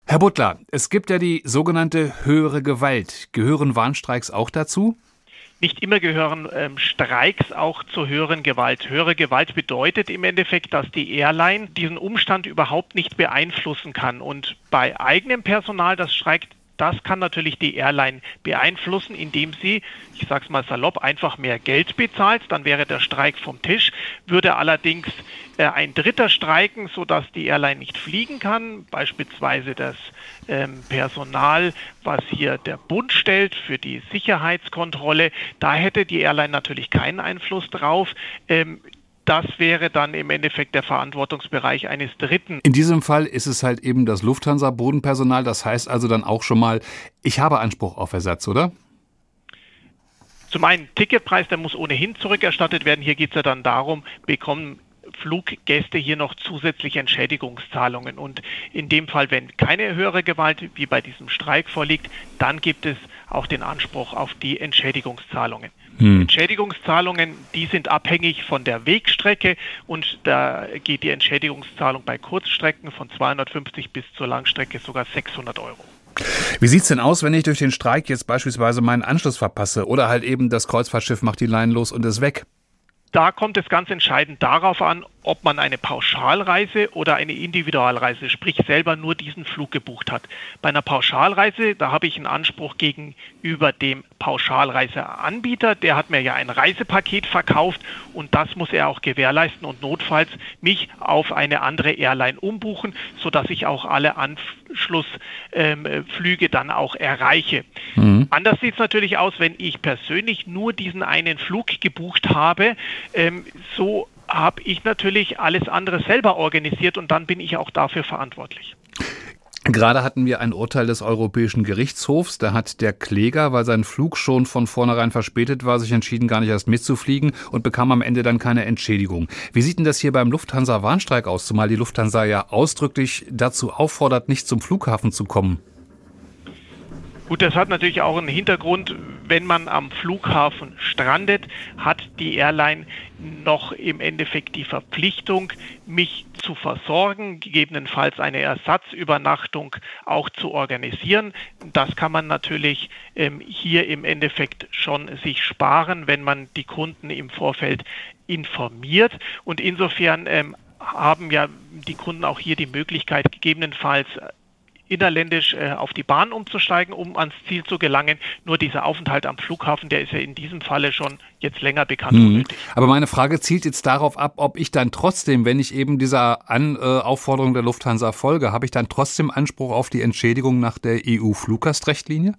Herr Butler, es gibt ja die sogenannte höhere Gewalt. Gehören Warnstreiks auch dazu? Nicht immer gehören Streiks auch zur höheren Gewalt. Höhere Gewalt bedeutet im Endeffekt, dass die Airline diesen Umstand überhaupt nicht beeinflussen kann. Und bei eigenem Personal, das streikt, das kann natürlich die Airline beeinflussen, indem sie, ich sage es mal salopp, einfach mehr Geld bezahlt. Dann wäre der Streik vom Tisch. Würde allerdings ein Dritter streiken, sodass die Airline nicht fliegen kann, beispielsweise das Personal, was hier der Bund stellt für die Sicherheitskontrolle, da hätte die Airline natürlich keinen Einfluss drauf. Das wäre dann im Endeffekt der Verantwortungsbereich eines Dritten. In diesem Fall ist es halt eben das Lufthansa-Bodenpersonal. Das heißt also dann auch schon mal, ich habe Anspruch auf Ersatz, oder? Zum einen Ticketpreis, der muss ohnehin zurückerstattet werden. Hier geht es ja dann darum, bekommen Fluggäste hier noch zusätzliche Entschädigungszahlungen. Und in dem Fall, wenn keine höhere Gewalt wie bei diesem Streik vorliegt, dann gibt es auch den Anspruch auf die Entschädigungszahlungen. Entschädigungszahlungen, die sind abhängig von der Wegstrecke und da geht die Entschädigungszahlung bei Kurzstrecken von 250 bis zur Langstrecke sogar 600 Euro. Wie sieht's denn aus, wenn ich durch den Streik jetzt beispielsweise meinen Anschluss verpasse oder halt eben das Kreuzfahrtschiff macht die Leinen los und ist weg? Da kommt es ganz entscheidend darauf an, ob man eine Pauschalreise oder eine Individualreise, sprich selber nur diesen Flug gebucht hat. Bei einer Pauschalreise, da habe ich einen Anspruch gegenüber dem Pauschalreiseanbieter. Der hat mir ja ein Reisepaket verkauft und das muss er auch gewährleisten und notfalls mich auf eine andere Airline umbuchen, sodass ich auch alle Anschlussflüge dann auch erreiche. Anders sieht es natürlich aus, wenn ich persönlich nur diesen einen Flug gebucht habe. So habe ich natürlich alles andere selber organisiert und dann bin ich auch dafür verantwortlich. Gerade hatten wir ein Urteil des Europäischen Gerichtshofs. Da hat der Kläger, weil sein Flug schon von vornherein verspätet war, sich entschieden, gar nicht erst mitzufliegen und bekam am Ende dann keine Entschädigung. Wie sieht denn das hier beim Lufthansa-Warnstreik aus? Zumal die Lufthansa ja ausdrücklich dazu auffordert, nicht zum Flughafen zu kommen. Gut, das hat natürlich auch einen Hintergrund. Wenn man am Flughafen strandet, hat die Airline noch im Endeffekt die Verpflichtung, mich zu versorgen, gegebenenfalls eine Ersatzübernachtung auch zu organisieren. Das kann man natürlich hier im Endeffekt schon sich sparen, wenn man die Kunden im Vorfeld informiert. Und insofern haben ja die Kunden auch hier die Möglichkeit, gegebenenfalls innerländisch auf die Bahn umzusteigen, um ans Ziel zu gelangen. Nur dieser Aufenthalt am Flughafen, der ist ja in diesem Falle schon jetzt länger bekannt unnötig. Aber meine Frage zielt jetzt darauf ab, ob ich dann trotzdem, wenn ich eben dieser Aufforderung der Lufthansa folge, habe ich dann trotzdem Anspruch auf die Entschädigung nach der EU-Fluggastrechtlinie?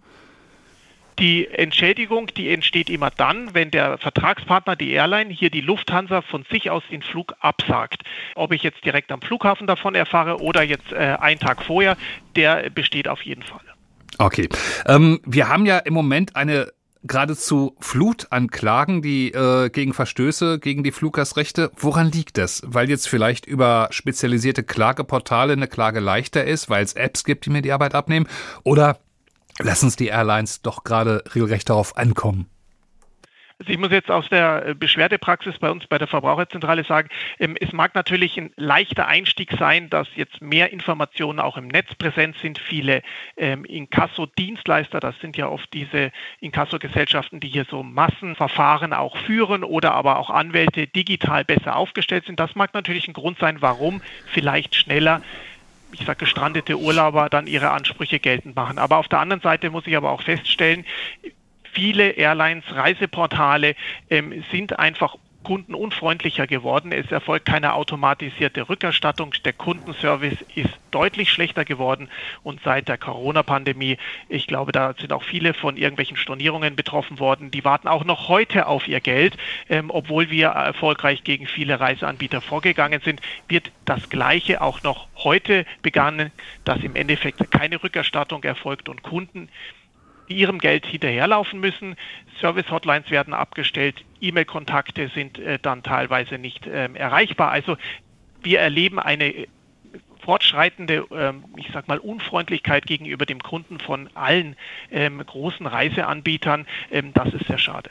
Die Entschädigung, die entsteht immer dann, wenn der Vertragspartner, die Airline, hier die Lufthansa von sich aus den Flug absagt. Ob ich jetzt direkt am Flughafen davon erfahre oder jetzt einen Tag vorher, der besteht auf jeden Fall. Okay. Wir haben ja im Moment eine geradezu Flut an Klagen, die gegen Verstöße gegen die Fluggastrechte. Woran liegt das? Weil jetzt vielleicht über spezialisierte Klageportale eine Klage leichter ist, weil es Apps gibt, die mir die Arbeit abnehmen? Oder lassen es die Airlines doch gerade regelrecht darauf ankommen? Also ich muss jetzt aus der Beschwerdepraxis bei uns bei der Verbraucherzentrale sagen, es mag natürlich ein leichter Einstieg sein, dass jetzt mehr Informationen auch im Netz präsent sind. Viele Inkasso-Dienstleister, das sind ja oft diese Inkasso-Gesellschaften, die hier so Massenverfahren auch führen oder aber auch Anwälte digital besser aufgestellt sind. Das mag natürlich ein Grund sein, warum vielleicht schneller gestrandete Urlauber dann ihre Ansprüche geltend machen. Aber auf der anderen Seite muss ich aber auch feststellen, viele Airlines, Reiseportale sind einfach kundenunfreundlicher geworden. Es erfolgt keine automatisierte Rückerstattung. Der Kundenservice ist deutlich schlechter geworden und seit der Corona-Pandemie, ich glaube, da sind auch viele von irgendwelchen Stornierungen betroffen worden. Die warten auch noch heute auf ihr Geld. Obwohl wir erfolgreich gegen viele Reiseanbieter vorgegangen sind, wird das Gleiche auch noch heute begangen, dass im Endeffekt keine Rückerstattung erfolgt und Kunden ihrem Geld hinterherlaufen müssen. Service-Hotlines werden abgestellt, E-Mail-Kontakte sind dann teilweise nicht erreichbar. Also wir erleben eine fortschreitende, Unfreundlichkeit gegenüber dem Kunden von allen großen Reiseanbietern. Das ist sehr schade.